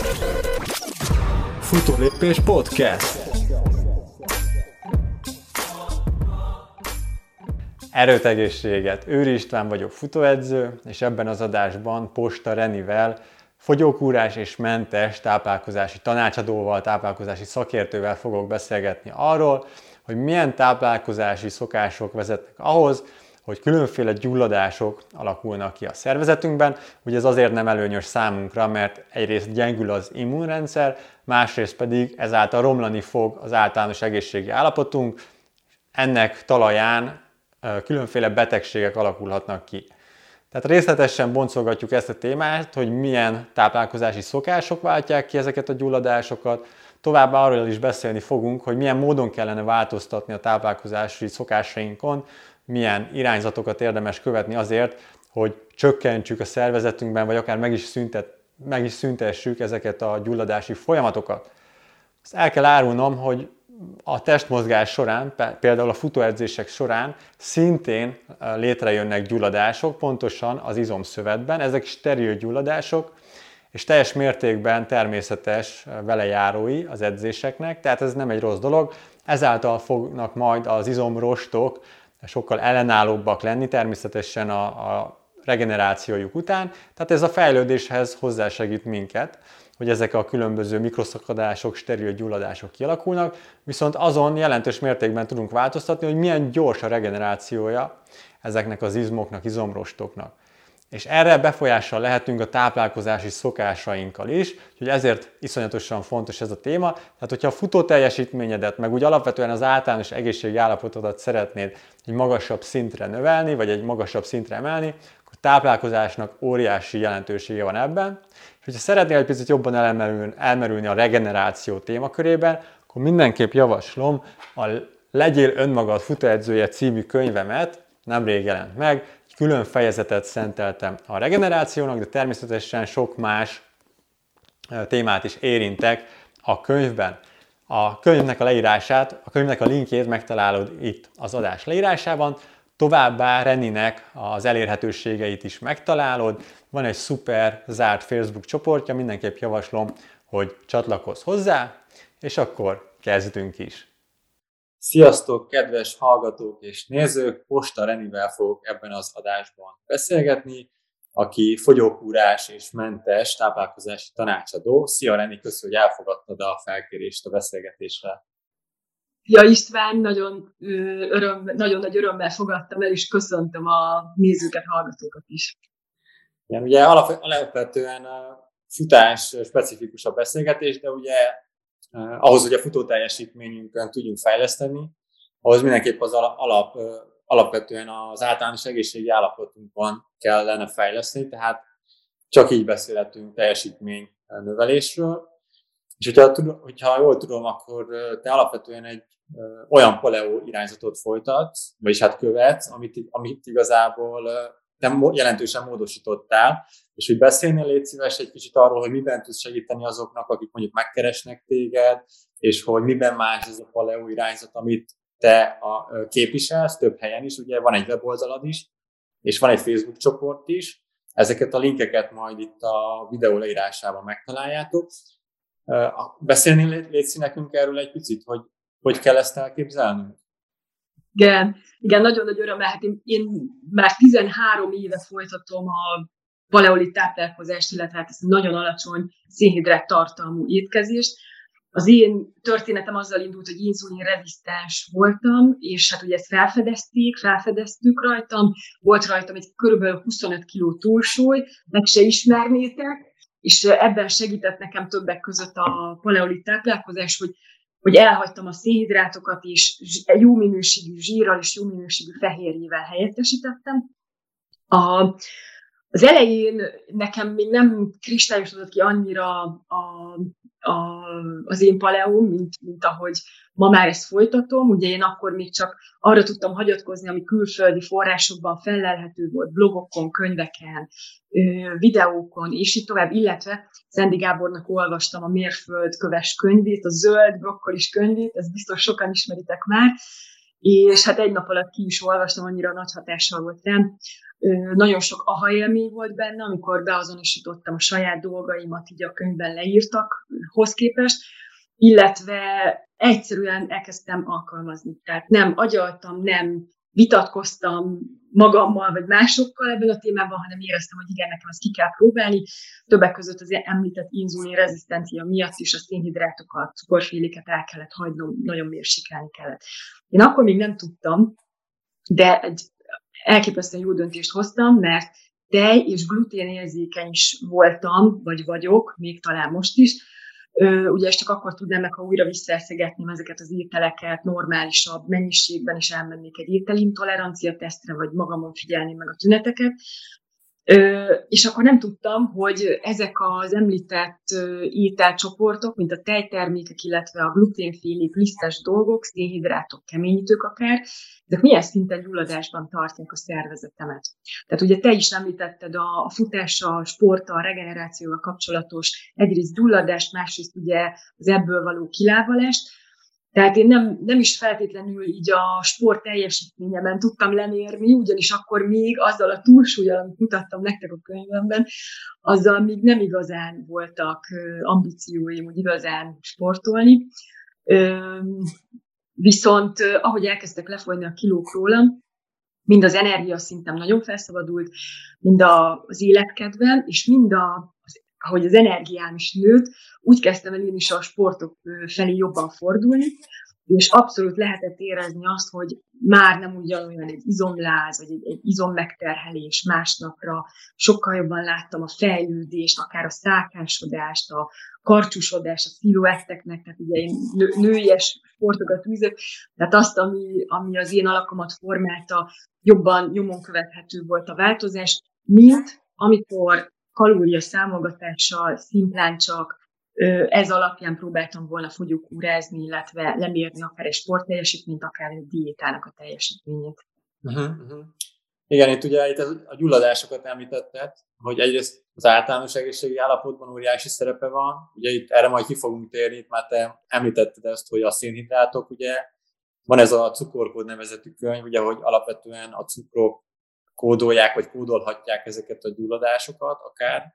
Futólépés Podcast. Erőtegészséget! Őri István vagyok, futóedző, és ebben az adásban Posta Renivel, fogyókúrás és mentes táplálkozási tanácsadóval, táplálkozási szakértővel fogok beszélgetni arról, hogy milyen táplálkozási szokások vezetnek ahhoz, hogy különféle gyulladások alakulnak ki a szervezetünkben. Ugye ez azért nem előnyös számunkra, mert egyrészt gyengül az immunrendszer, másrészt pedig ezáltal romlani fog az általános egészségi állapotunk. Ennek talaján különféle betegségek alakulhatnak ki. Tehát részletesen boncolgatjuk ezt a témát, hogy milyen táplálkozási szokások váltják ki ezeket a gyulladásokat. Továbbá arról is beszélni fogunk, hogy milyen módon kellene változtatni a táplálkozási szokásainkon, milyen irányzatokat érdemes követni azért, hogy csökkentsük a szervezetünkben, vagy akár meg is szüntessük ezeket a gyulladási folyamatokat. Azt el kell árulnom, hogy a testmozgás során, például a futóedzések során szintén létrejönnek gyulladások, pontosan az izomszövetben. Ezek steril gyulladások, és teljes mértékben természetes velejárói az edzéseknek, tehát ez nem egy rossz dolog. Ezáltal fognak majd az izomrostok sokkal ellenállóbbak lenni, természetesen a regenerációjuk után. Tehát ez a fejlődéshez hozzásegít minket, hogy ezek a különböző mikroszakadások, steril gyulladások kialakulnak, viszont azon jelentős mértékben tudunk változtatni, hogy milyen gyors a regenerációja ezeknek az izmoknak, izomrostoknak. És erre befolyással lehetünk a táplálkozási szokásainkkal is, úgyhogy ezért iszonyatosan fontos ez a téma. Tehát, hogyha a futó teljesítményedet, meg úgy alapvetően az általános egészségi állapotodat szeretnéd egy magasabb szintre növelni, vagy egy magasabb szintre emelni, akkor a táplálkozásnak óriási jelentősége van ebben. És hogyha szeretnél egy picit jobban elmerülni a regeneráció témakörében, akkor mindenképp javaslom a Legyél önmagad futóedzője című könyvemet, nemrég jelent meg. Külön fejezetet szenteltem a regenerációnak, de természetesen sok más témát is érintek a könyvben. A könyvnek a leírását, a könyvnek a linkjét megtalálod itt az adás leírásában, továbbá Reninek az elérhetőségeit is megtalálod. Van egy szuper zárt Facebook csoportja, mindenképp javaslom, hogy csatlakozz hozzá, és akkor kezdünk is. Sziasztok, kedves hallgatók és nézők! Posta Renivel fogok ebben az adásban beszélgetni, aki fogyókúrás és mentes táplálkozási tanácsadó. Szia Reni, köszönöm, hogy elfogadtad a felkérést a beszélgetésre. Ja, István, nagyon nagy örömmel fogadtam el, és köszöntöm a nézőket, hallgatókat is. Igen, ugye alapvetően a futás specifikus a beszélgetés, de ugye ahhoz, hogy a futó teljesítményünkön tudjunk fejleszteni, ahhoz mindenképp az alapvetően az általános egészségi állapotunkban kellene fejleszteni, tehát csak így beszélhetünk teljesítmény növelésről. És hogyha jól tudom, akkor te alapvetően egy olyan paleo irányzatot folytatsz, vagyis hát követsz, amit igazából te jelentősen módosítottál, és hogy beszélnél, légy szíves egy kicsit arról, hogy miben tudsz segíteni azoknak, akik mondjuk megkeresnek téged, és hogy miben más ez a paleo irányzat, amit te képviselsz több helyen is, ugye van egy weboldalad is, és van egy Facebook csoport is, ezeket a linkeket majd itt a videó leírásában megtaláljátok. Beszélnél, légy nekünk erről egy picit, hogy kell ezt elképzelnünk? Igen, nagyon nagy öröm, hát én már 13 éve folytatom a paleolit táplálkozást, illetve hát ezt a nagyon alacsony szénhidrát tartalmú étkezést. Az én történetem azzal indult, hogy inzulinrezisztens voltam, és hát ugye ezt felfedeztük rajtam, volt rajtam egy kb. 25 kg túlsúly, meg se ismernétek, és ebben segített nekem többek között a paleolit táplálkozás, hogy elhagytam a szénhidrátokat, és jó minőségű zsírral és jó minőségű fehérjével helyettesítettem. Az elején nekem még nem kristályosodott ki annyira az én paleóm, mint ahogy ma már ezt folytatom. Ugye én akkor még csak arra tudtam hagyatkozni, ami külföldi forrásokban fellelhető volt, blogokon, könyveken, videókon, és így tovább, illetve Szendi Gábornak olvastam a Mérföldköves könyvét, a zöld brokkolis könyvét, ezt biztos sokan ismeritek már, és hát egy nap alatt ki is olvastam, annyira nagy hatással volt rám. Nagyon sok aha élmény volt benne, amikor beazonosítottam a saját dolgaimat, így a könyvben leírtakhoz képest, illetve egyszerűen elkezdtem alkalmazni. Tehát nem agyaltam, nem vitatkoztam magammal vagy másokkal ebben a témában, hanem éreztem, hogy igen, nekem ezt ki kell próbálni. Többek között az említett inzulin rezisztencia miatt is a szénhidrátokat, cukorféléket el kellett hagynom, nagyon mérsékelni kellett. Én akkor még nem tudtam, de egy elképesztően jó döntést hoztam, mert tej- és gluténérzékeny is voltam, vagy vagyok, még talán most is. Ugye ezt csak akkor tudnám meg, ha újra visszaeszegetném ezeket az ételeket normálisabb mennyiségben, és elmennék egy ételintolerancia tesztre, vagy magamon figyelném meg a tüneteket. És akkor nem tudtam, hogy ezek az említett ételcsoportok, mint a tejtermékek, illetve a gluténfélék, lisztes dolgok, szénhidrátok, keményítők akár, ezek milyen szinten gyulladásban tartják a szervezetemet. Tehát ugye te is említetted a futással, a sporttal, a regenerációval kapcsolatos egyrészt gyulladást, másrészt ugye az ebből való kilábalást. Tehát én nem is feltétlenül így a sport teljesítményemben tudtam lemérni, ugyanis akkor még azzal a túlsúllyal, amit mutattam nektek a könyvemben, azzal még nem igazán voltak ambícióim, hogy igazán sportolni. Viszont ahogy elkezdtek lefolyni a kilók rólam, mind az energiaszintem nagyon felszabadult, mind az életkedvem, és mind ahogy az energiám is nőtt, úgy kezdtem el én is a sportok felé jobban fordulni, és abszolút lehetett érezni azt, hogy már nem ugyanolyan egy izomláz, vagy egy izommegterhelés másnapra, sokkal jobban láttam a fejlődést, akár a szákásodást, a karcsusodást, a sziluetteknek, tehát ugye én nőies sportokat űzök, tehát azt, ami az én alakomat formálta, jobban nyomon követhető volt a változás, mint amikor kalória számolgatással, szimplán csak ez alapján próbáltam volna fogyókúrázni, illetve lemérni akár egy sportteljesítményt, akár egy diétának a teljesítményét. Igen, itt ugye a gyulladásokat említetted, hogy egyrészt az általános egészségi állapotban óriási szerepe van, ugye itt erre majd ki fogunk térni, itt már te említetted ezt, hogy a szénhidrátok, ugye van ez a cukorkód nevezetű könyv, ugye, hogy alapvetően a cukrok kódolják, vagy kódolhatják ezeket a gyulladásokat akár,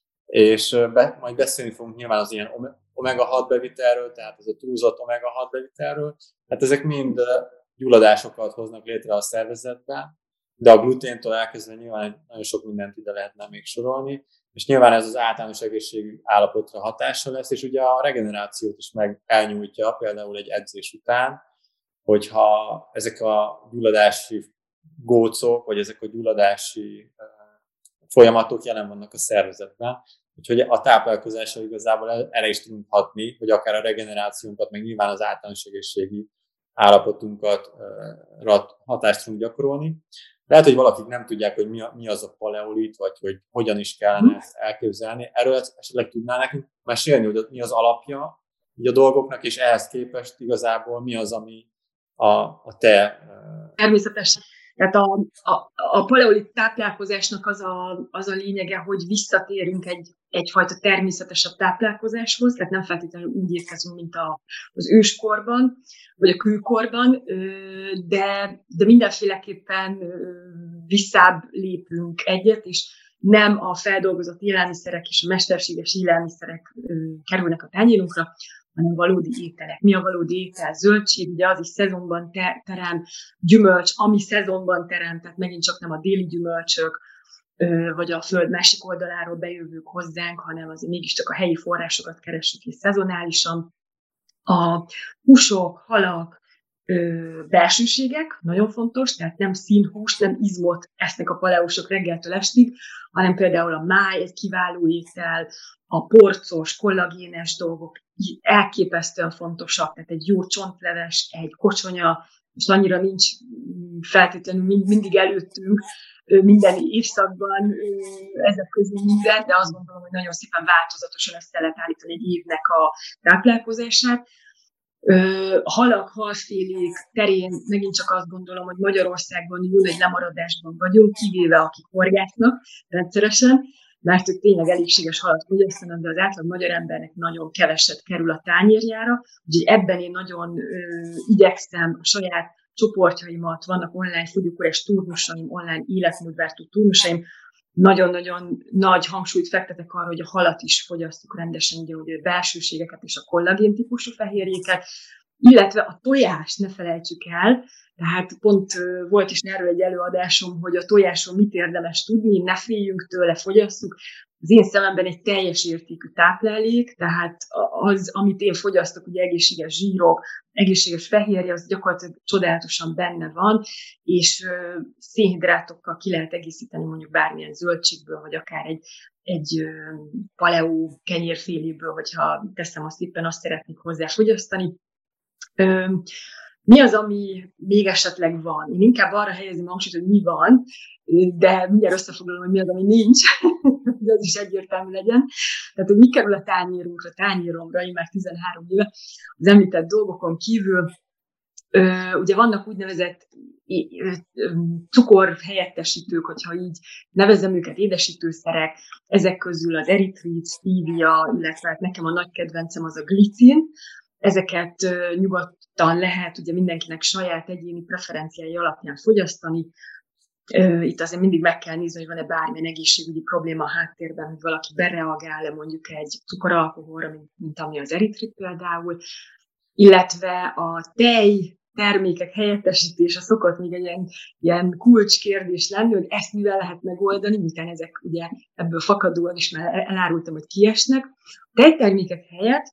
és majd beszélni fogunk nyilván az ilyen omega-6 bevitelről, tehát ez a túlzott omega-6 bevitelről, hát ezek mind gyulladásokat hoznak létre a szervezetben, de a gluténtól elkezdve nyilván nagyon sok mindent ide lehetne még sorolni, és nyilván ez az általános egészségügyi állapotra hatással lesz, és ugye a regenerációt is meg elnyújtja, például egy edzés után, hogyha ezek a gyulladási gócok, vagy ezek a gyulladási folyamatok jelen vannak a szervezetben. Úgyhogy a táplálkozással igazából erre is tudunk hatni, hogy akár a regenerációnkat, meg nyilván az általános egészségi állapotunkat hatást tudunk gyakorolni. Lehet, hogy valakik nem tudják, hogy mi az a paleolit, vagy hogy hogyan is kellene ezt elképzelni. Erről esetleg tudnál nekünk mesélni, hogy mi az alapja így a dolgoknak, és ehhez képest igazából mi az, ami a te... Természetesen. Tehát a paleolit táplálkozásnak az a lényege, hogy visszatérünk egyfajta természetesebb táplálkozáshoz, tehát nem feltétlenül úgy étkezünk, mint az őskorban, vagy a kőkorban, de mindenféleképpen visszább lépünk egyet, és nem a feldolgozott élelmiszerek és a mesterséges élelmiszerek kerülnek a tányérunkra, hanem valódi ételek. Mi a valódi étel? Zöldség, ugye az is szezonban terem, gyümölcs, ami szezonban terem, tehát megint csak nem a déli gyümölcsök, vagy a föld másik oldaláról bejövők hozzánk, hanem azért mégiscsak a helyi forrásokat keressük és szezonálisan. A húsok, halak, belsőségek, nagyon fontos, tehát nem színhús, nem izmot esznek a paleósok reggeltől estig, hanem például a máj egy kiváló étel, a porcos, kollagénes dolgok elképesztően fontosak, tehát egy jó csontleves, egy kocsonya, most annyira nincs feltétlenül mindig előttünk minden évszakban ezek közül minden, de azt gondolom, hogy nagyon szépen változatosan össze lehet állítani egy évnek a táplálkozását. Halak, halfélék terén megint csak azt gondolom, hogy Magyarországban jó egy lemaradásban vagyunk, kivéve akik horgásznak rendszeresen, mert ők tényleg elégséges halat fogyasztanak, de az átlag magyar embernek nagyon keveset kerül a tányérjára, úgyhogy ebben én nagyon igyekszem a saját csoportjaimat, vannak online fogyókúrás turnusaim, online életmódváltó turnusaim, nagyon-nagyon nagy hangsúlyt fektetek arra, hogy a halat is fogyasszuk rendesen, ugye, hogy a belsőségeket és a kollagén típusú fehérjéket, illetve a tojást ne felejtsük el, tehát pont volt is erről egy előadásom, hogy a tojáson mit érdemes tudni, ne féljünk tőle, fogyasszuk. Az én szememben egy teljes értékű táplálék, tehát az, amit én fogyasztok, ugye egészséges zsírok, egészséges fehérje, az gyakorlatilag csodálatosan benne van, és szénhidrátokkal ki lehet egészíteni mondjuk bármilyen zöldségből, vagy akár egy paleó kenyérféléből, hogyha teszem azt éppen, azt szeretnék hozzá fogyasztani. Mi az, ami még esetleg van? Én inkább arra helyezem a hangsúlyt, hogy mi van, de mindjárt összefoglalom, hogy mi az, ami nincs, hogy az is egyértelmű legyen. Tehát, hogy mi kerül a tányéromra, én már 13 éve, az említett dolgokon kívül, ugye vannak úgynevezett cukorhelyettesítők, hogyha így nevezem őket, édesítőszerek, ezek közül az eritrit, stevia, illetve nekem a nagy kedvencem az a glicin. Ezeket nyugodtan lehet ugye mindenkinek saját egyéni preferenciái alapján fogyasztani. Itt azért mindig meg kell nézni, hogy van-e bármilyen egészségügyi probléma a háttérben, hogy valaki bereagál-e mondjuk egy cukoralkoholra, mint ami az eritrit például, illetve a tej termékek helyettesítése szokott még egy ilyen kulcskérdés lenni, hogy ezt mivel lehet megoldani, miután ezek ugye ebből fakadóan is már elárultam, hogy kiesnek. A tejtermékek helyett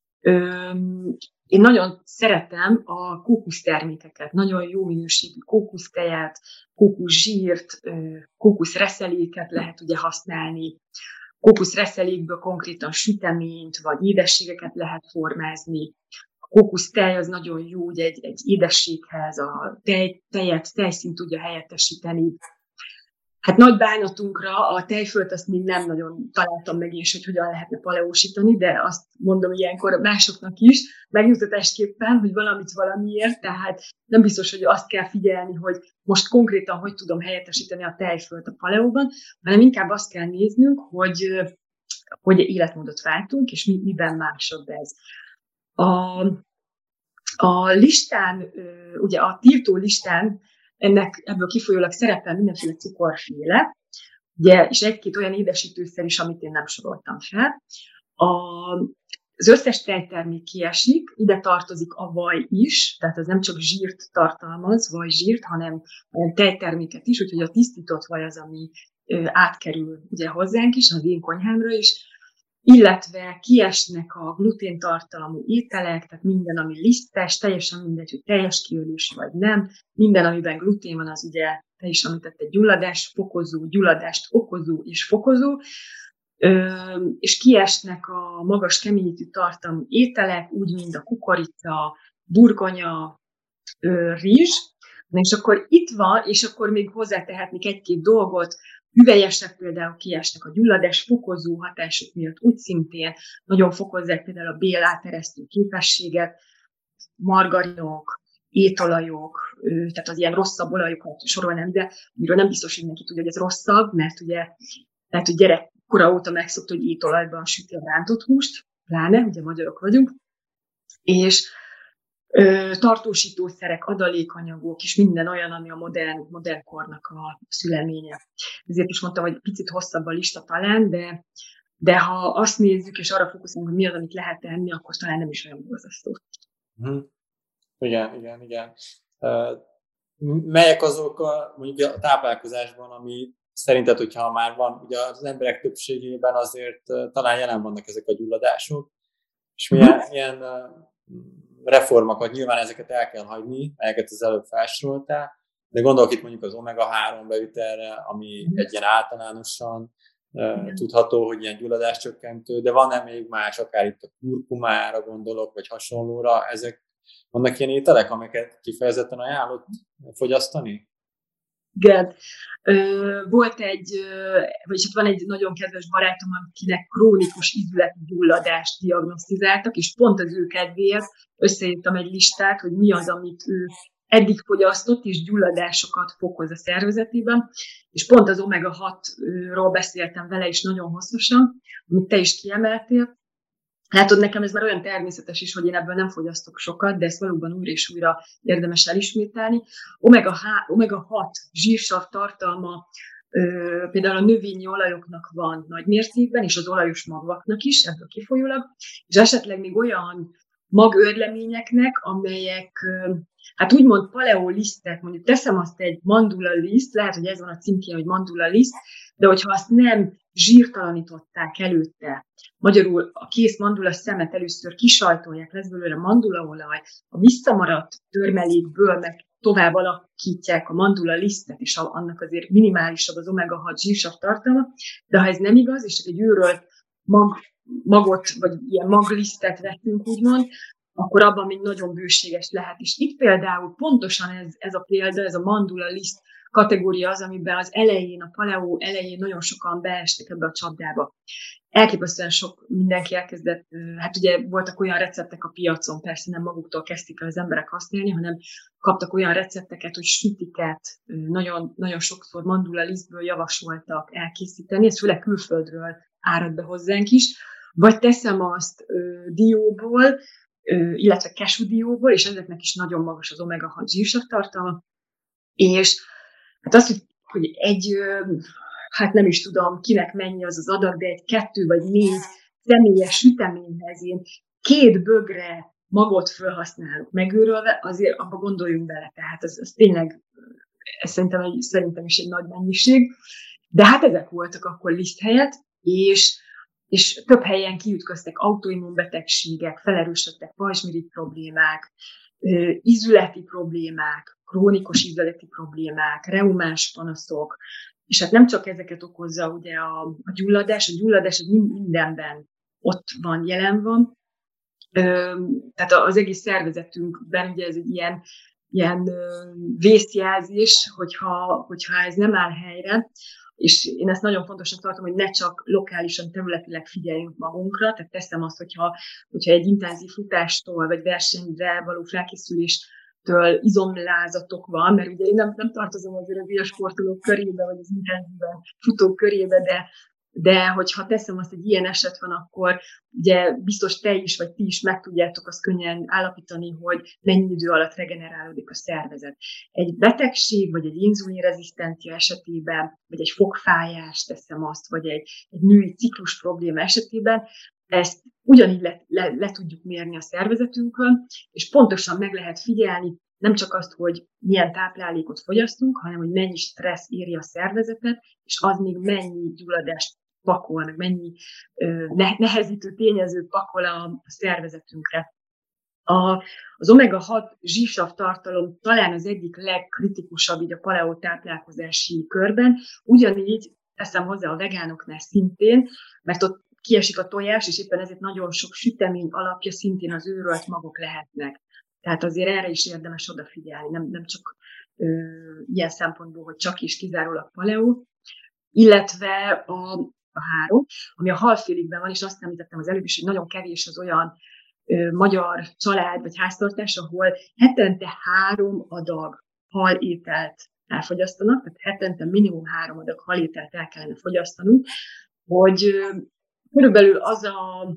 én nagyon szeretem a kókusztermékeket, nagyon jó minőségű kókusztejet, kókuszsírt, kókuszreszeléket lehet ugye használni. Kókuszreszelékből konkrétan süteményt vagy édességeket lehet formázni. A kókusztej az nagyon jó ugye egy édességhez, a tejszínt tudja helyettesíteni. Hát nagy bánatunkra a tejfölt azt még nem nagyon találtam meg is, hogy hogyan lehetne paleósítani, de azt mondom ilyenkor másoknak is, megnyugtatásképpen, hogy valamit valamiért, tehát nem biztos, hogy azt kell figyelni, hogy most konkrétan hogy tudom helyettesíteni a tejfölt a paleóban, hanem inkább azt kell néznünk, hogy életmódot váltunk, és miben másabb ez. A listán, ugye a tiltó listán ebből kifolyólag szerepel mindenféle cukorféle, ugye, és egy-két olyan édesítőszer is, amit én nem soroltam fel. Az összes tejtermék kiesik, ide tartozik a vaj is, tehát az nem csak zsírt tartalmaz, vajzsírt, hanem tejterméket is, úgyhogy a tisztított vaj az, ami átkerül ugye hozzánk is, az én konyhámra is, illetve kiesnek a gluténtartalmú ételek, tehát minden, ami lisztes, teljesen mindegy, hogy teljes kiölés vagy nem, minden, amiben glutén van, az ugye, te is említette, gyulladást okozó és fokozó, és kiesnek a magas keményítő tartalmú ételek, úgy, mint a kukorica, burgonya, rizs, és akkor itt van, és akkor még hozzátehetnék egy-két dolgot, hüvelyesek például kiesnek a gyulladás fokozó hatások miatt, úgy szintén nagyon fokozzák például a béláteresztő képességet, margarinok, étolajok, tehát az ilyen rosszabb olajokat sorolnám ide, amiről nem biztos, hogy mindenki tudja, hogy ez rosszabb, mert ugye lehet, hogy gyerekkora óta megszokta, hogy étolajban süti a rántott húst, pláne, ugye magyarok vagyunk, és tartósítószerek, adalékanyagok és minden olyan, ami a modern kornak a szüleménye. Ezért is mondtam, hogy picit hosszabb a lista talán, de ha azt nézzük, és arra fókuszálunk, hogy mi az, amit lehet tenni, akkor talán nem is olyan borzasztó. Igen. Melyek azok mondjuk a táplálkozásban, ami szerinted, hogyha már van, ugye az emberek többségében azért talán jelen vannak ezek a gyulladások, és milyen reformokat, nyilván ezeket el kell hagyni, melyeket az előbb felsoroltál, de gondolok itt mondjuk az omega-3 beütelre, ami egy ilyen általánosan tudható, hogy ilyen gyulladáscsökkentő, de van-e még más, akár itt a kurkumára gondolok, vagy hasonlóra, ezek vannak ilyen ételek, amiket kifejezetten ajánlott fogyasztani? Igen. Volt vagyis van egy nagyon kedves barátom, akinek krónikus ízületi gyulladást diagnosztizáltak, és pont az ő kedvéért összeírtam egy listát, hogy mi az, amit ő eddig fogyasztott, és gyulladásokat fokoz a szervezetében, és pont az omega-6-ról beszéltem vele is nagyon hosszasan, amit te is kiemeltél, Látod, nekem ez már olyan természetes is, hogy én ebből nem fogyasztok sokat, de ezt valóban újra és újra érdemes elismételni. Omega-6 zsírsav tartalma például a növényi olajoknak van nagy mértékben, és az olajos magvaknak is, ebből kifolyólag, és esetleg még olyan magőrleményeknek, amelyek hát úgymond paleolisztek, mondjuk teszem azt egy mandula liszt, lehet, hogy ez van a címkén, hogy mandula liszt, de hogyha azt nem zsírtalanították előtte, magyarul a kész mandula szemet először kisajtolják, lesz belőle mandulaolaj, a visszamaradt törmelékből meg tovább alakítják a mandula lisztet, és annak azért minimálisabb az omega-6 zsírsav tartalma, de ha ez nem igaz, és csak egy őrölt magot, vagy ilyen maglisztet vettünk, úgymond, akkor abban még nagyon bőséges lehet. És itt például pontosan ez a példa, ez a mandula liszt kategória az, amiben az elején, a paleo elején nagyon sokan beestek ebbe a csapdába. Elképesztően sok mindenki elkezdett, hát ugye voltak olyan receptek a piacon, persze nem maguktól kezdték el az emberek használni, hanem kaptak olyan recepteket, hogy sütiket nagyon, nagyon sokszor mandula lisztből javasoltak elkészíteni, ez főleg külföldről árad be hozzánk is, vagy teszem azt dióból, illetve cashew dióból, és ezeknek is nagyon magas az omega-6 zsírsav tartalma, és hát azt, hogy hát nem is tudom, kinek mennyi az adag, de egy 2 vagy 4 személyes süteményhez én 2 bögre magot felhasználok megőrölve, azért abba gondoljunk bele. Tehát ez tényleg, ez szerintem is egy nagy mennyiség. De hát ezek voltak akkor liszt helyett, és több helyen kiütköztek autoimmunbetegségek, felerősödtek pajzsmirigy problémák, ízületi problémák, krónikus ízületi problémák, reumáns panaszok, és hát nem csak ezeket okozza ugye a gyulladás az mindenben ott van, jelen van. Tehát az egész szervezetünkben ugye ez egy ilyen vészjelzés, hogyha ez nem áll helyre, és én ezt nagyon fontosnak tartom, hogy ne csak lokálisan, területileg figyeljünk magunkra, tehát teszem azt, hogyha egy intenzív futástól, vagy versenyre való felkészüléstől izomlázatok van, mert ugye én nem tartozom azért az ilyen sportolók körébe, vagy az intenzíven futók körébe, de hogyha teszem azt, hogy ilyen eset van, akkor ugye biztos te is, vagy ti is meg tudjátok azt könnyen állapítani, hogy mennyi idő alatt regenerálódik a szervezet. Egy betegség, vagy egy inzulinrezisztencia esetében, vagy egy fogfájás, teszem azt, vagy egy női ciklus probléma esetében, ezt ugyanígy le tudjuk mérni a szervezetünkön, és pontosan meg lehet figyelni, nem csak azt, hogy milyen táplálékot fogyasztunk, hanem hogy mennyi stressz éri a szervezetet, és az még mennyi gyulladást pakol, meg mennyi nehezítő tényezőt pakol a szervezetünkre. Az omega-6 zsírsav tartalom talán az egyik legkritikusabb így a paleo táplálkozási körben, ugyanígy teszem hozzá a vegánoknál szintén, mert ott kiesik a tojás, és éppen ezért nagyon sok sütemény alapja szintén az őrölt magok lehetnek. Tehát azért erre is érdemes odafigyelni, nem csak ilyen szempontból, hogy csak is kizárólag paleo, illetve a 3, ami a halfélikben van, és azt említettem az előbb is, hogy nagyon kevés az olyan magyar család vagy háztartás, ahol hetente 3 adag halételt elfogyasztanak, tehát hetente minimum 3 adag halételt el kellene fogyasztanunk, hogy körülbelül az a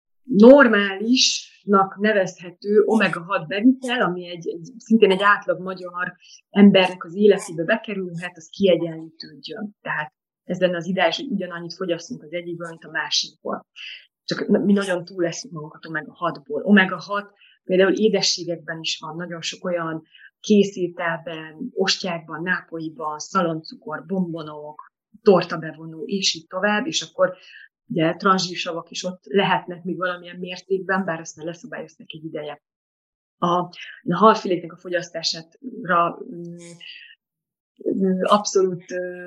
normálisnak nevezhető omega-6 bevitel, ami szintén egy átlag magyar embernek az életébe bekerülhet, az kiegyenlítődjön. Tehát ez lenne az ideális, hogy ugyanannyit fogyasztunk az egyikből, mint a másikból. Csak mi nagyon túl leszünk magunkat omega-6-ból. Omega-6 például édességekben is van, nagyon sok olyan készételben, ostyákban, nápolyban, szaloncukor, bombonok, tortabevonó, és így tovább, és akkor ugye transzsírsavak is ott lehetnek még valamilyen mértékben, bár ezt már leszabályozták egy ideje. A halfiléknek a fogyasztására abszolút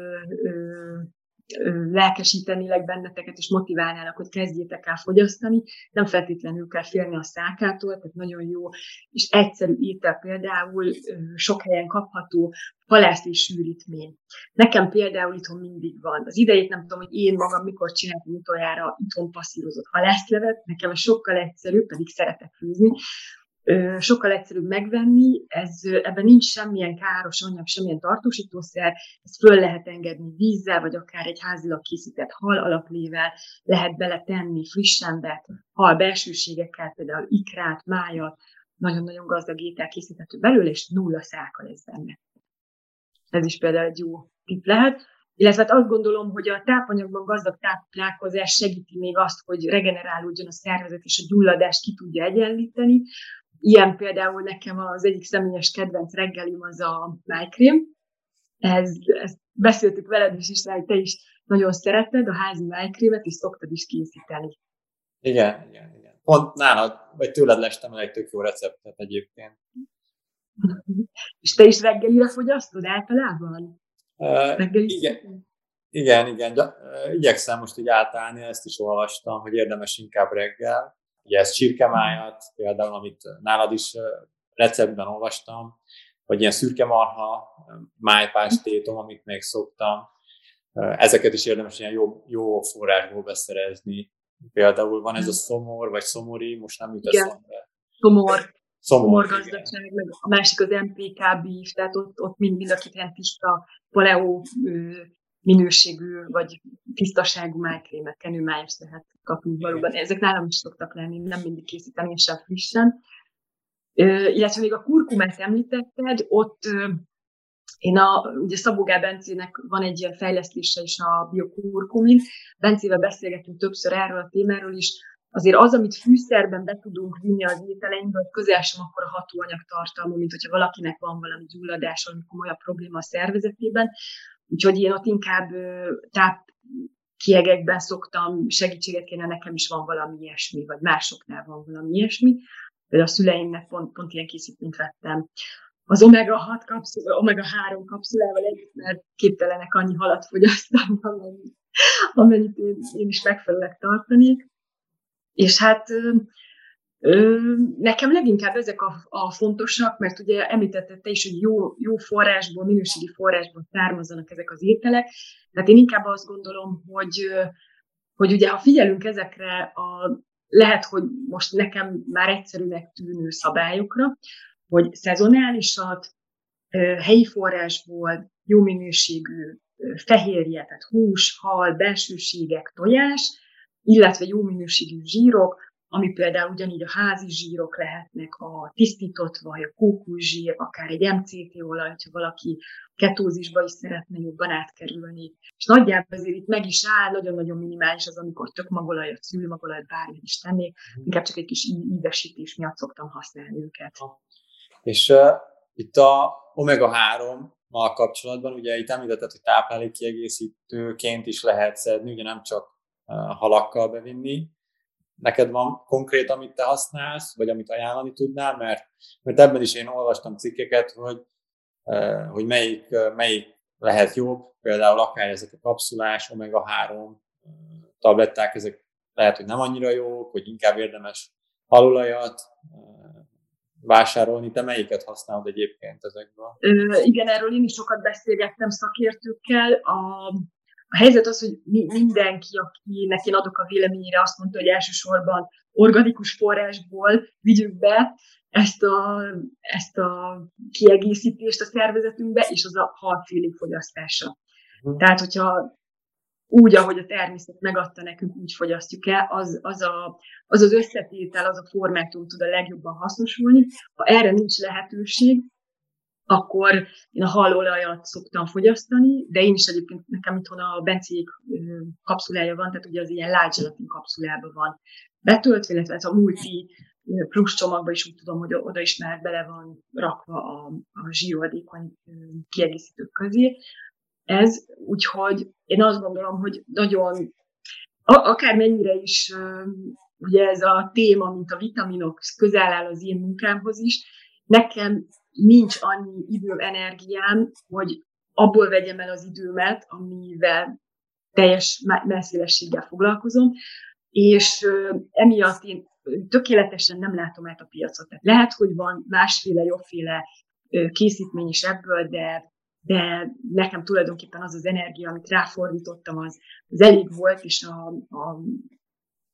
lelkesítenélek benneteket, és motiválnálak, hogy kezdjétek el fogyasztani. Nem feltétlenül kell félni a szákától, tehát nagyon jó és egyszerű étel például sok helyen kapható halászli sűrítmény. Nekem például itthon mindig van. Az idejét nem tudom, hogy én magam mikor csináltam utoljára itthon passzírozott halászlevet, nekem ez sokkal egyszerűbb, pedig szeretek főzni. sokkal egyszerűbb megvenni, ebben nincs semmilyen káros anyag, semmilyen tartósítószer, ezt föl lehet engedni vízzel, vagy akár egy házilag készített hal alaplével, lehet beletenni frissen vett hal belsőségekkel, például ikrát, májat, nagyon-nagyon gazdag étel készíthető belőle, és nulla szálka lesz benne. Ez is például egy jó tipp lehet. Illetve azt gondolom, hogy a tápanyagban gazdag táplálkozás segíti még azt, hogy regenerálódjon a szervezet, és a gyulladást ki tudja egyenlíteni. Ilyen például nekem az egyik személyes kedvenc reggelim az a májkrém. Ezt beszéltük veled is, hogy te is nagyon szereted a házi májkrémet, és szoktad is készíteni. Igen. Pont nálad, vagy tőled lestem el egy tök jó receptet egyébként. És te is reggelire fogyasztod általában? Igen. Igyekszem most így átállni, ezt is olvastam, hogy érdemes inkább reggel. Ugye ez csirkemájat, például, amit nálad is receptben olvastam, vagy ilyen szürkemarha, májpástétom, amit még szoktam. Ezeket is érdemes ilyen jó forrásból beszerezni. Például van ez a szomor, vagy szomori, most nem jut eszembe. Szomor gazdagság, meg a másik az MPK beef, tehát ott mind a két tiszta, paleo minőségű, vagy tisztaságú májkrémet, kenőmájast lehet kapni valóban. Ezek nálam is szoktak lenni, nem mindig készíteni, és sem frissen. Illetve még a kurkumát említetted, ott ugye Szabó Gál Bencének van egy ilyen fejlesztése is a biokurkumin. Bencével beszélgetünk többször erről a témáról is. Azért az, amit fűszerben be tudunk vinni az ételeinkbe, hogy közel sem akkor a hatóanyagtartalmú, mint hogyha valakinek van valami gyulladás, valami komolyabb probléma a szervezetében. Úgyhogy én ott inkább tápkiegekben szoktam segítséget kérni, nekem is van valami ilyesmi, vagy másoknál van valami ilyesmi. Például a szüleimnek pont ilyen készítményt vettem. Az omega-6 omega-3 kapszulával együtt, mert képtelenek annyi halat fogyasztani, amennyit én is megfelelően tartanék. És hát nekem leginkább ezek a fontosak, mert ugye említetted te is, hogy jó forrásból, minőségi forrásból származzanak ezek az ételek. Tehát én inkább azt gondolom, hogy ugye ha figyelünk ezekre lehet, hogy most nekem már egyszerűnek tűnő szabályokra, hogy szezonálisat, helyi forrásból, jó minőségű fehérje, tehát hús, hal, belsőségek, tojás, illetve jó minőségű zsírok, ami például ugyanígy a házi zsírok lehetnek, a tisztított vaj, a kókuszsír, akár egy MCT olaj, ha valaki ketózisba is szeretne jobban átkerülni. És nagyjából azért itt meg is áll, nagyon-nagyon minimális az, amikor tök magolajat, szülőmagolajat, bármit is tennék, inkább csak egy kis ízesítés miatt szoktam használni őket. És itt a omega-3-mal kapcsolatban, ugye itt említetted, hogy táplálékkiegészítőként is lehet szedni, ugye nem csak halakkal bevinni. Neked van konkrét, amit te használsz, vagy amit ajánlani tudnál, mert ebben is én olvastam cikkeket, hogy melyik lehet jobb, például akár ezek a kapszulás, omega-3 tabletták, ezek lehet, hogy nem annyira jók, hogy inkább érdemes halolajat vásárolni. Te melyiket használod egyébként ezekből? Igen, erről én is sokat beszélgettem szakértőkkel. A helyzet az, hogy mindenki, akinek én adok a véleményére, azt mondta, hogy elsősorban organikus forrásból vigyük be ezt a kiegészítést a szervezetünkbe, és az a halfélék fogyasztása. Tehát, hogyha úgy, ahogy a természet megadta nekünk, úgy fogyasztjuk el, az összetétel, az a formátum tud a legjobban hasznosulni. Ha erre nincs lehetőség, akkor én a halolajat szoktam fogyasztani, de én is egyébként nekem itthon a Bencék kapszulája van, tehát ugye az ilyen light gelatin kapszulában van betöltve, illetve a multi plusz csomagban is úgy tudom, hogy oda is már bele van rakva a zsíroldékony kiegészítők közé. Úgyhogy én azt gondolom, hogy nagyon, akármennyire is ugye ez a téma, mint a vitaminok, közel áll az én munkámhoz is, nekem nincs annyi időm, energiám, hogy abból vegyem el az időmet, amivel teljes messzélességgel foglalkozom, és emiatt én tökéletesen nem látom át a piacot. Tehát lehet, hogy van másféle, jobbféle készítmény is ebből, de nekem tulajdonképpen az az energia, amit ráfordítottam, az elég volt, és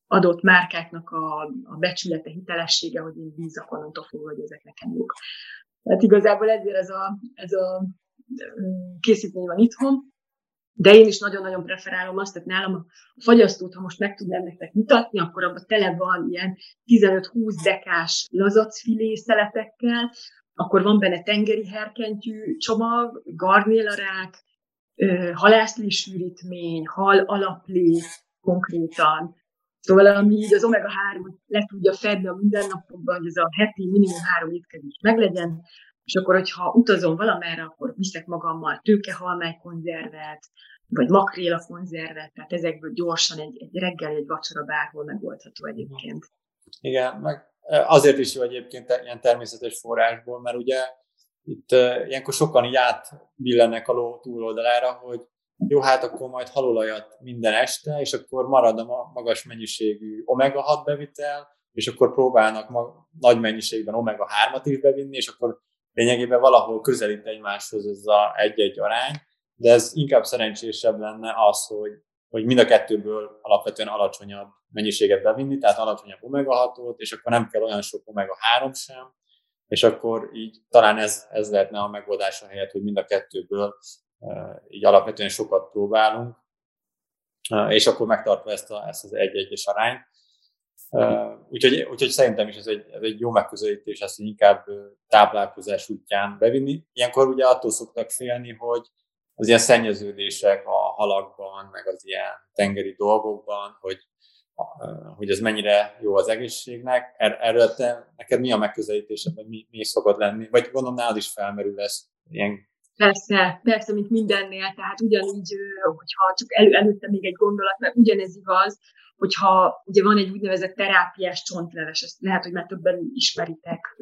adott márkáknak a becsülete, hitelessége, hogy én bízzak onnantól fogva, hogy ezek nekem jók. Tehát igazából ezért ez a készítmény van itthon, de én is nagyon-nagyon preferálom azt, tehát nálam a fagyasztót, ha most meg tudnám nektek mutatni, akkor abban tele van ilyen 15-20 dekás lazacfilé szeletekkel, akkor van benne tengeri herkentyű csomag, garnélarák, halászlésűrítmény, hal alaplé konkrétan. Szóval ami így az omega-3-ot le tudja fedni a mindennapokban, hogy ez a heti minimum 3 étkezés meglegyen, és akkor, hogyha utazom valamerre, akkor viszek magammal tőkehalmály konzervet, vagy makréla konzervet, tehát ezekből gyorsan egy reggel, egy vacsora bárhol megoldható egyébként. Igen, meg azért is jó egyébként ilyen természetes forrásból, mert ugye itt ilyenkor sokan így átbillennek a ló túloldalára, hogy jó, hát akkor majd halolajat minden este, és akkor marad a magas mennyiségű omega-6 bevitel, és akkor próbálnak nagy mennyiségben omega-3-at is bevinni, és akkor lényegében valahol közelít egymáshoz ez a 1-1 arány, de ez inkább szerencsésebb lenne az, hogy mind a kettőből alapvetően alacsonyabb mennyiséget bevinni, tehát alacsonyabb omega-6-ot, és akkor nem kell olyan sok omega-3 sem, és akkor így talán ez lehetne a megoldás a helyett, hogy mind a kettőből így alapvetően sokat próbálunk, és akkor megtartva ezt az 1-1-es arányt. Úgyhogy szerintem is ez egy jó megközelítés, ezt inkább táplálkozás útján bevinni. Ilyenkor ugye attól szoktak félni, hogy az ilyen szennyeződések a halakban, meg az ilyen tengeri dolgokban, hogy ez mennyire jó az egészségnek. Erről neked mi a megközelítésed, mi szokott lenni? Vagy gondolom nálad is felmerül ez ilyen. Persze, mint mindennél, tehát ugyanígy, hogyha csak előtte még egy gondolat, mert ugyanez igaz, hogyha ugye van egy úgynevezett terápiás csontleves, ezt lehet, hogy már többen ismeritek,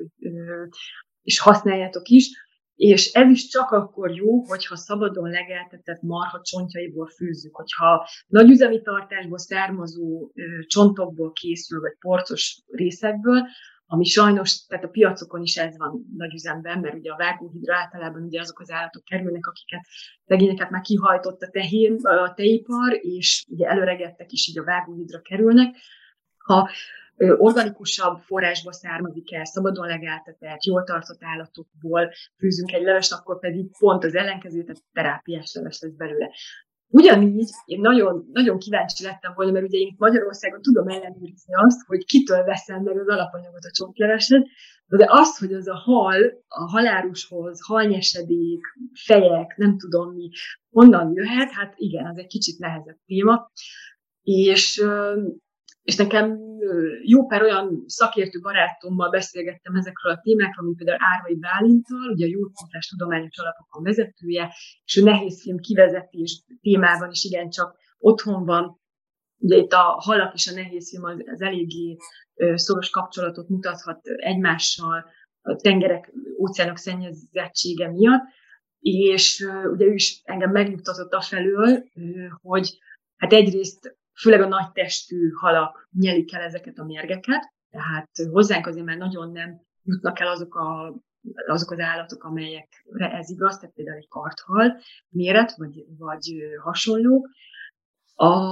és használjátok is, és ez is csak akkor jó, hogyha szabadon legeltetett marha csontjaiból főzzük, hogyha nagyüzemi tartásból származó csontokból készül, vagy porcos részekből, ami sajnos, tehát a piacokon is ez van nagyüzemben, mert ugye a vágóhidra általában ugye azok az állatok kerülnek, akiket legényeket már kihajtott a tejipar, és ugye előregettek is így a vágóhidra kerülnek. Ha organikusabb forrásból származik el, szabadon legeltetett, jól tartott állatokból főzünk egy levest, akkor pedig pont az ellenkező, tehát terápiás leves lesz belőle. Ugyanígy én nagyon, nagyon kíváncsi lettem volna, mert ugye én Magyarországon tudom ellenőrizni azt, hogy kitől veszem meg az alapanyagot a csontleveset, de az, hogy az a hal, a halárushoz, halnyesedék, fejek, nem tudom mi, honnan jöhet, hát igen, az egy kicsit nehezebb téma. És nekem jó pár olyan szakértő barátommal beszélgettem ezekről a témákról, mint például Árvai Bálinttal, ugye a József Tudományos Alapokon vezetője, és a nehézfilm kivezetés témában is igencsak otthon van. Ugye itt a halak és a nehézfilm az eléggé szoros kapcsolatot mutathat egymással, a tengerek, óceánok szennyezettsége miatt, és ugye ő is engem megnyugtatott afelől, hogy hát egyrészt főleg a nagy testű halak nyelik el ezeket a mérgeket, tehát hozzánk azért már nagyon nem jutnak el azok az állatok, amelyekre ez igaz, tehát például egy karthal méret, vagy hasonlók. A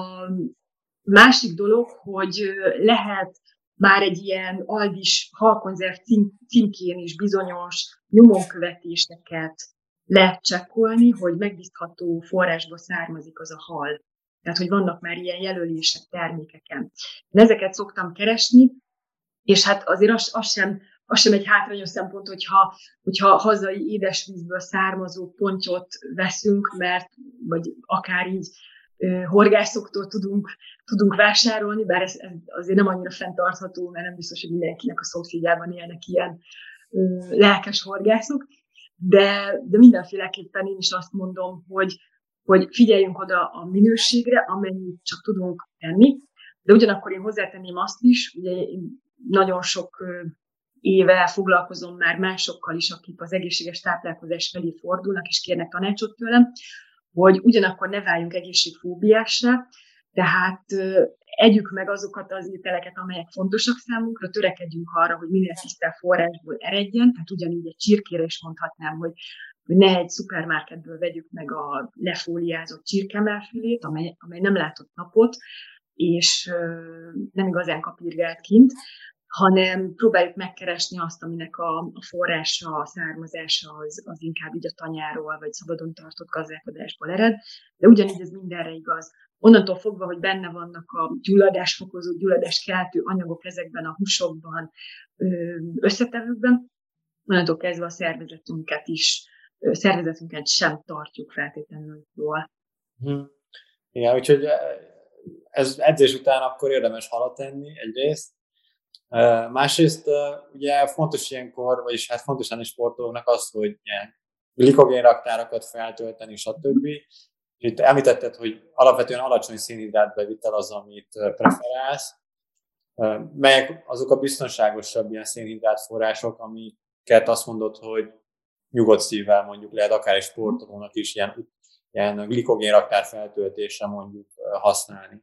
másik dolog, hogy lehet már egy ilyen Aldis halkonzerv címkén is bizonyos nyomonkövetéseket lecsekkolni, hogy megbízható forrásból származik az a hal. Tehát, hogy vannak már ilyen jelölések termékeken. Én ezeket szoktam keresni, és hát azért az sem egy hátrányos szempont, hogyha hazai édesvízből származó pontyot veszünk, vagy akár így horgászoktól tudunk vásárolni, bár ez azért nem annyira fenntartható, mert nem biztos, hogy mindenkinek a szomszédjában élnek ilyen lelkes horgászok, de mindenféleképpen én is azt mondom, hogy figyeljünk oda a minőségre, amennyit csak tudunk tenni, de ugyanakkor én hozzátenném azt is, ugye én nagyon sok éve foglalkozom már másokkal is, akik az egészséges táplálkozás felé fordulnak, és kérnek tanácsot tőlem, hogy ugyanakkor ne váljunk egészségfóbiásra, tehát együk meg azokat az ételeket, amelyek fontosak számunkra, törekedjünk arra, hogy minél tisztább forrásból eredjen, tehát ugyanígy egy csirkére is mondhatnám, hogy ne egy szupermarketből vegyük meg a lefóliázott csirkemelfülét, amely nem látott napot, és nem igazán kapirgált kint, hanem próbáljuk megkeresni azt, aminek a forrása, a származása az inkább így a tanyáról, vagy szabadon tartott gazdálkodásból ered, de ugyanígy ez mindenre igaz. Onnantól fogva, hogy benne vannak a gyulladásfokozó, gyulladáskeltő anyagok ezekben a húsokban, összetevőkben, onnantól kezdve a szervezetünket sem tartjuk feltétlenül jól. Igen, úgyhogy ez edzés után akkor érdemes halat enni egyrészt. Másrészt ugye fontos ilyenkor, vagyis hát fontos lenni sportolóknak az, hogy ilyen glikogénraktárakat feltölteni, stb. Itt említetted, hogy alapvetően alacsony szénhidrátbevitel az, amit preferálsz. Melyek azok a biztonságosabb ilyen szénhidrátforrások, amiket azt mondod, hogy nyugodt szívvel mondjuk lehet akár egy sportolónak is ilyen glikogénraktár feltöltésre mondjuk használni?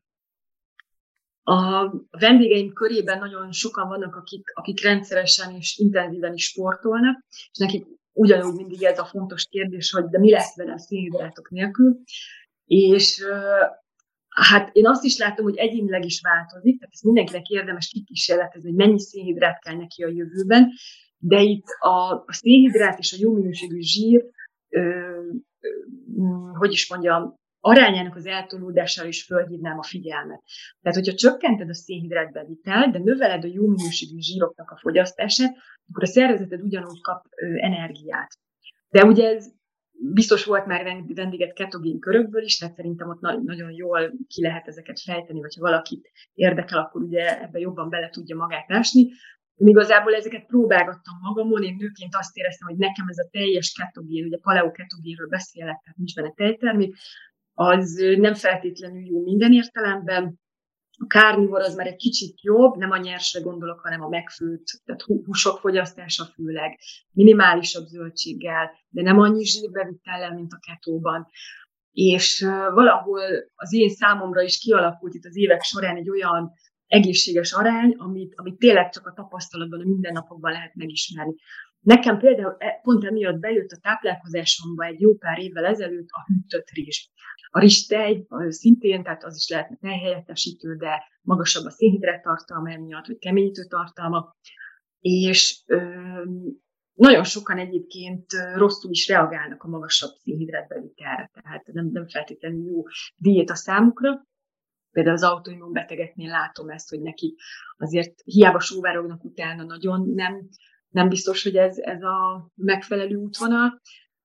A vendégeim körében nagyon sokan vannak, akik rendszeresen és intenzíven is sportolnak, és nekik ugyanúgy mindig ez a fontos kérdés, hogy de mi lesz vele a szénhidrátok nélkül. És hát én azt is látom, hogy egyénileg is változik, tehát ezt mindenkinek érdemes kikísérletezni, hogy mennyi szénhidrát kell neki a jövőben, de itt a szénhidrát és a jó minőségű zsír, arányának az eltolódására is fölhívnám a figyelmet. Tehát, hogyha csökkented a szénhidrátbevitelt, de növeled a jó minőségű zsíroknak a fogyasztását, akkor a szervezeted ugyanúgy kap energiát. De ugye ez biztos volt már vendéget ketogén körökből is, tehát szerintem ott nagyon jól ki lehet ezeket fejteni, vagy ha valakit érdekel, akkor ugye ebbe jobban bele tudja magát ásni. Igazából ezeket próbálgattam magamon, én nőként azt éreztem, hogy nekem ez a teljes ketogén, ugye paleoketogénről beszélek, tehát nincs benne tejtermék, az nem feltétlenül jó minden értelemben. A carnivor az már egy kicsit jobb, nem a nyersre gondolok, hanem a megfőtt, tehát húsok fogyasztása főleg, minimálisabb zöldséggel, de nem annyi zsírbevitellel, mint a ketóban. És valahol az én számomra is kialakult itt az évek során egy olyan egészséges arány, amit tényleg csak a tapasztalatban, a mindennapokban lehet megismerni. Nekem például pont emiatt bejött a táplálkozásomba egy jó pár évvel ezelőtt a hűtött rizs. A rizstej szintén, tehát az is lehetne tejhelyettesítő, de magasabb a szénhidrát tartalma emiatt, vagy keményítő tartalma. És nagyon sokan egyébként rosszul is reagálnak a magasabb szénhidrátbevitelre, tehát nem feltétlenül jó diéta számukra. Például az autoimmunbetegeknél látom ezt, hogy nekik azért hiába sóvárognak utána, nagyon nem biztos, hogy ez a megfelelő útvonal.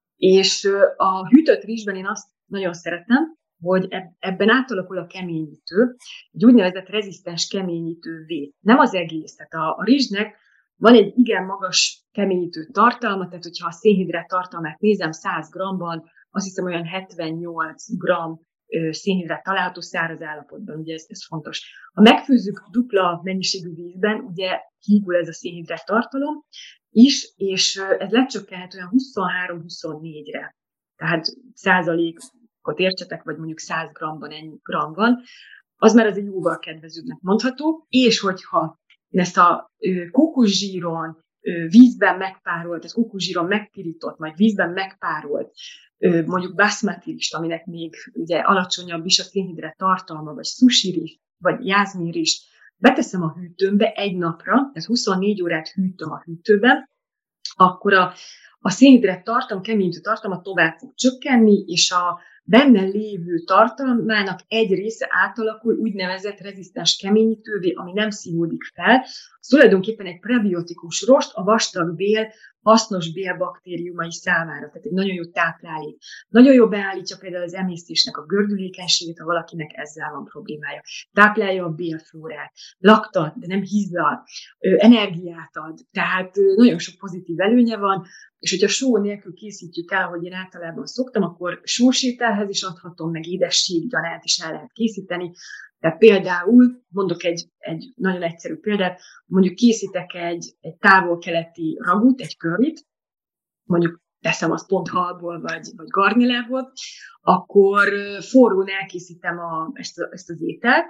És a hűtött rizsben én azt nagyon szeretem, hogy ebben átalakul a keményítő, egy úgynevezett rezisztens keményítővé. Nem az egész, tehát a rizsnek van egy igen magas keményítő tartalma, tehát hogyha a szénhidrát tartalmát nézem 100 g-ban, azt hiszem olyan 78 g szénhidrát található száraz állapotban, ugye ez fontos. Ha megfőzzük dupla mennyiségű vízben, ugye hígul ez a szénhidrát tartalom is, és ez lecsökkenhet olyan 23-24-re. Tehát százalékot értsetek, vagy mondjuk 100 g-ban ennyi gram van, az már azért jóval kedvezőbbnek mondható, és hogyha ezt a kókuszsíron vízben megpárolt, ez kókuszsíron megpirított, majd vízben megpárolt, mondjuk basmati rizst, aminek még ugye alacsonyabb is a szénhidrát tartalma, vagy sushi rizs, vagy jászmin rizst, beteszem a hűtőmbe egy napra, tehát 24 órát hűtöm a hűtőben, akkor a szénhidrát tartalma, keményítő tartalma tovább fog csökkenni, és a benne lévő tartalmának egy része átalakul úgynevezett rezisztens keményítővé, ami nem szívódik fel. Ez tulajdonképpen egy prebiotikus rost a vastag bél hasznos bélbaktériumai számára, tehát egy nagyon jó táplálék. Nagyon jó beállítja például az emésztésnek a gördülékenységét, ha valakinek ezzel van problémája. Táplálja a bélflórát, laktat, de nem hízzal, energiát ad, tehát nagyon sok pozitív előnye van, és hogyha só nélkül készítjük el, ahogy én általában szoktam, akkor sósételhez is adhatom, meg édességgyanát is el lehet készíteni. Tehát például, mondok egy nagyon egyszerű példát, mondjuk készítek egy távol-keleti ragut, egy curryt, mondjuk teszem azt pont halból vagy garnélából, akkor forrón elkészítem ezt az ételt,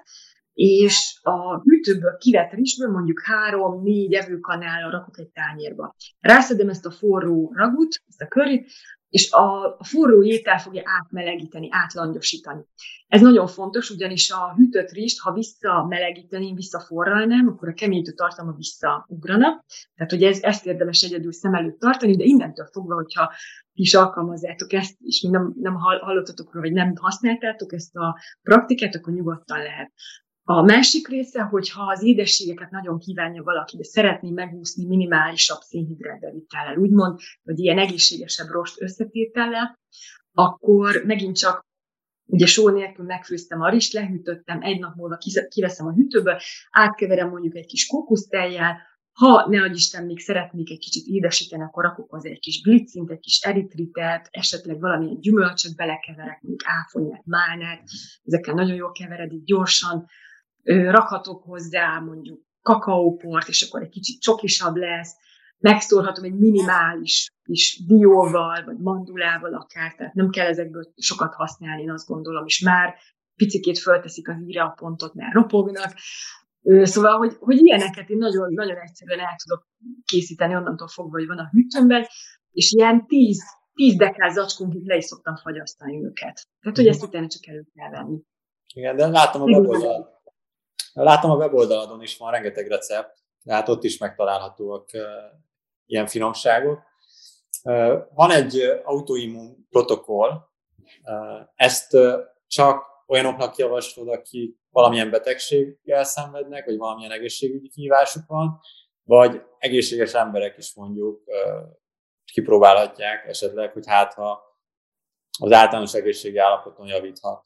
és a hűtőből kivett rizsből mondjuk 3-4 evőkanállal rakok egy tányérba. Rászedem ezt a forró ragut, ezt a curryt, és a forró étel fogja átmelegíteni, átlangyosítani. Ez nagyon fontos, ugyanis a hűtött rizst, ha visszamelegíteném, visszaforralnám, akkor a keményítő tartalma visszaugrana. Tehát, hogy ezt érdemes egyedül szem előtt tartani, de innentől fogva, hogyha ti is alkalmazzátok ezt, és még nem hallottatok róla, vagy nem használtátok ezt a praktikát, akkor nyugodtan lehet. A másik része, hogyha az édességeket nagyon kívánja valaki, de szeretné megúszni minimálisabb szénhidrátbevitellel, úgymond, vagy ilyen egészségesebb rost összetétellel, akkor megint csak ugye só nélkül megfőztem a rizst, lehűtöttem, egy nap múlva kiveszem a hűtőből, átkeverem mondjuk egy kis kókusztejjel, ha ne adj Isten, még szeretnék egy kicsit édesíteni, akkor rakok az egy kis glicint, egy kis eritritet, esetleg valamilyen gyümölcsöt belekeverek, mondjuk áfonyát, málnát, ezekkel nagyon jól keveredik gyorsan, rakhatok hozzá mondjuk kakaóport, és akkor egy kicsit csokisabb lesz, megszórhatom egy minimális kis dióval, vagy mandulával akár, tehát nem kell ezekből sokat használni, én azt gondolom, és már picikét fölteszik az íre a pontot, mert ropognak. Szóval, hogy ilyeneket én nagyon, nagyon egyszerűen el tudok készíteni onnantól fogva, hogy van a hűtőmben, és ilyen 10 dekál zacskónkig le is szoktam fagyasztani őket. Tehát, hogy ezt utána csak elő kell venni. Igen, de látom a weboldaladon is van rengeteg recept, tehát ott is megtalálhatóak ilyen finomságok. Van egy autoimmun protokoll, ezt csak olyanoknak javaslod, akik valamilyen betegséggel szenvednek, vagy valamilyen egészségügyi kihívásuk van, vagy egészséges emberek is mondjuk kipróbálhatják esetleg, hogy hát ha az általános egészségi állapoton javíthat.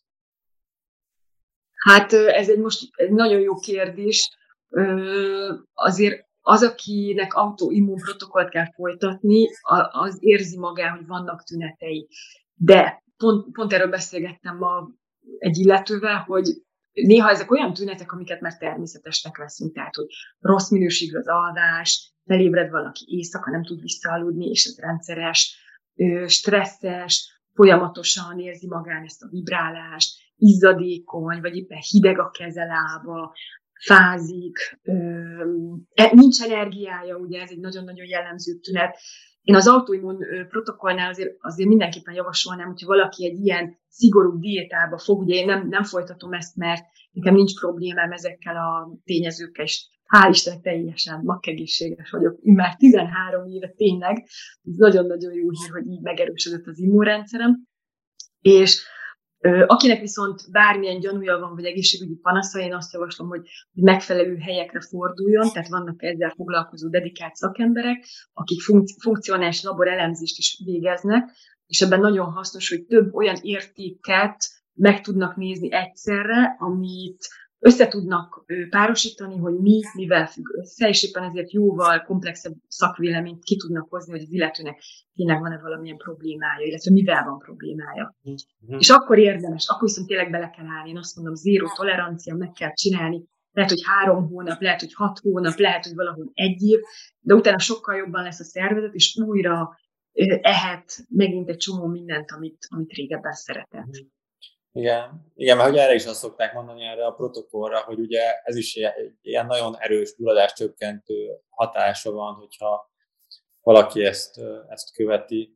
Hát ez egy nagyon jó kérdés. Azért az, akinek autoimmun protokollt kell folytatni, az érzi magán, hogy vannak tünetei. De pont erről beszélgettem ma egy illetővel, hogy néha ezek olyan tünetek, amiket már természetesnek veszünk, tehát, hogy rossz minőségű az alvás, felébred valaki éjszaka, nem tud visszaaludni, és ez rendszeres, stresszes, folyamatosan érzi magán ezt a vibrálást, izzadékony, vagy éppen hideg a keze-lába, fázik, nincs energiája, ugye ez egy nagyon-nagyon jellemző tünet. Én az autoimmun protokollnál azért mindenképpen javasolnám, hogyha valaki egy ilyen szigorú diétába fog, ugye én nem folytatom ezt, mert nekem nincs problémám ezekkel a tényezőkkel, és hál' Isten teljesen makkegészséges vagyok. Én már 13 éve tényleg, ez nagyon-nagyon jó hír, hogy így megerősödött az immunrendszerem. És akinek viszont bármilyen gyanúja van, vagy egészségügyi panasza, én azt javaslom, hogy megfelelő helyekre forduljon, tehát vannak ezzel foglalkozó dedikált szakemberek, akik funkcionális laborelemzést is végeznek, és ebben nagyon hasznos, hogy több olyan értéket meg tudnak nézni egyszerre, amit össze tudnak párosítani, hogy mi mivel függ össze, és éppen ezért jóval komplexebb szakvéleményt ki tudnak hozni, hogy az illetőnek tényleg van-e valamilyen problémája, illetve mivel van problémája. És akkor érdemes, akkor viszont tényleg bele kell állni. Én azt mondom, zéró tolerancia, meg kell csinálni. Lehet, hogy 3 hónap, lehet, hogy 6 hónap, lehet, hogy valahol 1 év, de utána sokkal jobban lesz a szervezet, és újra ehet megint egy csomó mindent, amit régebben szeretett. Igen, mert hogy erre is azt szokták mondani erre a protokollra, hogy ugye ez is ilyen nagyon erős gyulladáscsökkentő hatása van, hogyha valaki ezt követi.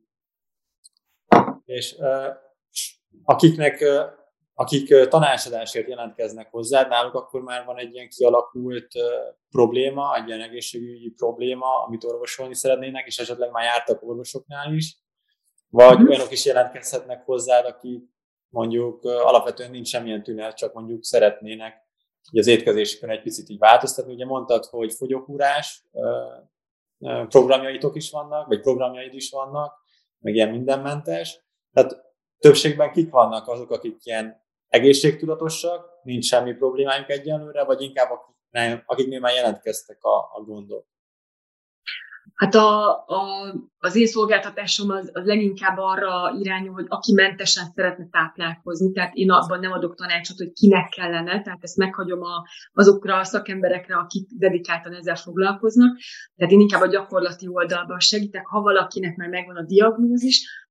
És akik tanácsadásért jelentkeznek hozzá, náluk akkor már van egy ilyen kialakult probléma, egy ilyen egészségügyi probléma, amit orvosolni szeretnének, és esetleg már jártak orvosoknál is, vagy olyanok is jelentkezhetnek hozzád, akik mondjuk alapvetően nincs semmilyen tünet, csak mondjuk szeretnének az étkezésükön egy picit így változtatni. Ugye mondtad, hogy fogyókúrás programjaitok is vannak, vagy programjaid is vannak, meg ilyen mindenmentes. Tehát többségben kik vannak azok, akik ilyen egészségtudatosak, nincs semmi problémájuk egyenlőre, vagy inkább akiknél már jelentkeztek a gondok? Hát az én szolgáltatásom az leginkább arra irányul, hogy aki mentesen szeretne táplálkozni, tehát én abban nem adok tanácsot, hogy kinek kellene, tehát ezt meghagyom azokra a szakemberekre, akik dedikáltan ezzel foglalkoznak. Tehát én inkább a gyakorlati oldalban segítek, ha valakinek már megvan a diagnózis,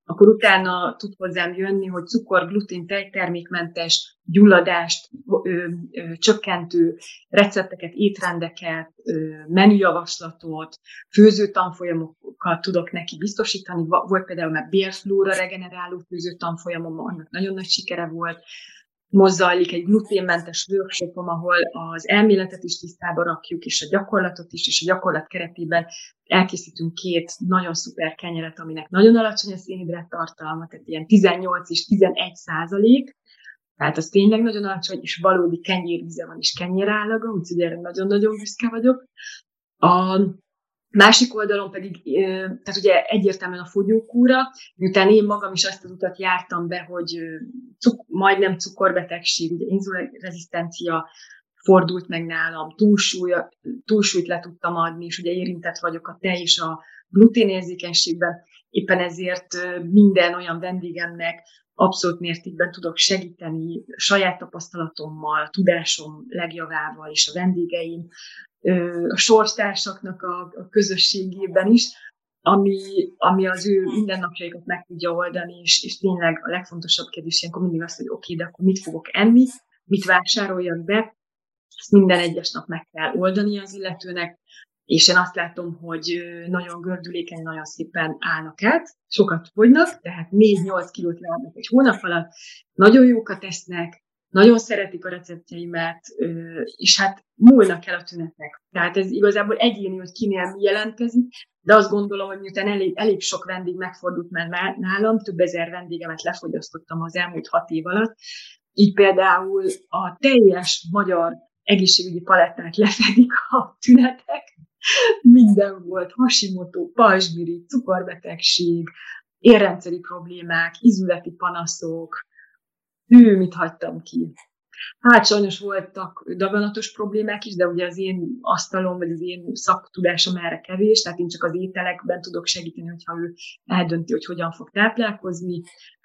akkor utána tud hozzám jönni, hogy cukor, glutén, tejtermékmentes, gyulladást csökkentő recepteket, étrendeket, menüjavaslatot, főzőtanfolyamokat tudok neki biztosítani. Volt például már bélflóra regeneráló főzőtanfolyamom, annak nagyon nagy sikere volt. Most zajlik egy gluténmentes workshopom, ahol az elméletet is tisztába rakjuk, és a gyakorlatot is, és a gyakorlat keretében elkészítünk 2 nagyon szuper kenyeret, aminek nagyon alacsony a szénhidrát tartalma, tehát ilyen 18 és 11%, tehát az tényleg nagyon alacsony, és valódi kenyérvíze van, és kenyérállaga, úgyhogy erre nagyon-nagyon büszke vagyok. A másik oldalon pedig, tehát ugye egyértelműen a fogyókúra, miután én magam is azt az utat jártam be, hogy majdnem cukorbetegség, ugye inzulinrezisztencia fordult meg nálam, túlsúlyt le tudtam adni, és ugye érintett vagyok a tej és a gluténérzékenységben, éppen ezért minden olyan vendégemnek abszolút mértékben tudok segíteni saját tapasztalatommal, tudásom legjavával és a vendégeim, a sorstársaknak a közösségében is, ami az ő mindennapjaikat meg tudja oldani, és tényleg a legfontosabb kérdés ilyenkor mindig az, hogy oké, de akkor mit fogok enni, mit vásároljak be, ezt minden egyes nap meg kell oldani az illetőnek, és én azt látom, hogy nagyon gördülékeny, nagyon szépen állnak át, sokat fogynak, tehát 4-8 kilót leadnak egy hónap alatt, nagyon jókat esznek, nagyon szeretik a receptjeimet, és hát múlnak el a tünetek. Tehát ez igazából egyéni, hogy kinél mi jelentkezik, de azt gondolom, hogy miután elég sok vendég megfordult már nálam, több ezer vendégemet lefogyasztottam az elmúlt 6 év alatt, így például a teljes magyar egészségügyi palettát lefedik a tünetek. Minden volt, Hashimoto, pajzsmirigy, cukorbetegség, érrendszeri problémák, ízületi panaszok, mit hagytam ki. Hát sajnos voltak daganatos problémák is, de ugye az én asztalom, vagy az én szaktudásom erre kevés, tehát én csak az ételekben tudok segíteni, hogyha ő eldönti, hogy hogyan fog táplálkozni.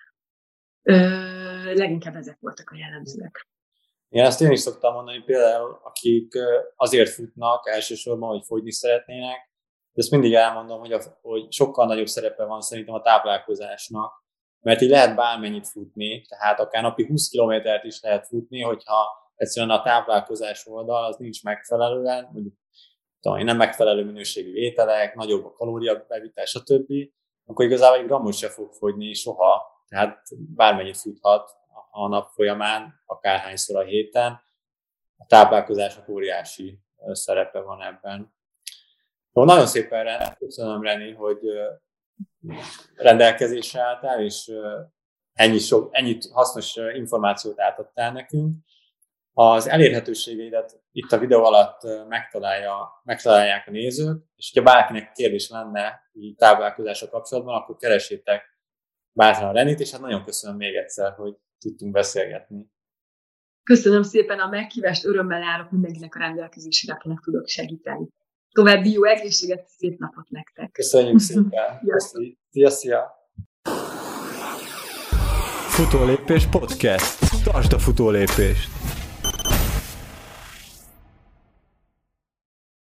Leginkább ezek voltak a jellemzőek. Igen, ezt én is szoktam mondani, például akik azért futnak elsősorban, hogy fogyni szeretnének, de ezt mindig elmondom, hogy sokkal nagyobb szerepe van szerintem a táplálkozásnak, mert így lehet bármennyit futni, tehát akár napi 20 kilométert is lehet futni, hogyha egyszerűen a táplálkozás oldal az nincs megfelelően, mondjuk nem megfelelő minőségű ételek, nagyobb a kalóriabevitás, stb., akkor igazából egy grammot se fog fogyni soha, tehát bármennyit futhat a nap folyamán, akárhányszor a héten. A táplálkozásnak óriási szerepe van ebben. Nagyon szépen köszönöm, Reni, hogy rendelkezésre álltál, és ennyit hasznos információt átadtál nekünk. Az elérhetőségeidet itt a videó alatt megtalálják a nézők, és ha bárkinek kérdés lenne így táplálkozással kapcsolatban, akkor keressétek bátran a Renit, és hát nagyon köszönöm még egyszer, hogy tudtunk beszélgetni. Köszönöm szépen a meghívást, örömmel állok mindenkinek a rendelkezésére, akinek tudok segíteni. További jó egészséget, szép napot nektek! Köszönjük szépen! Szia! Futólépés Podcast. Tartsd a futólépést!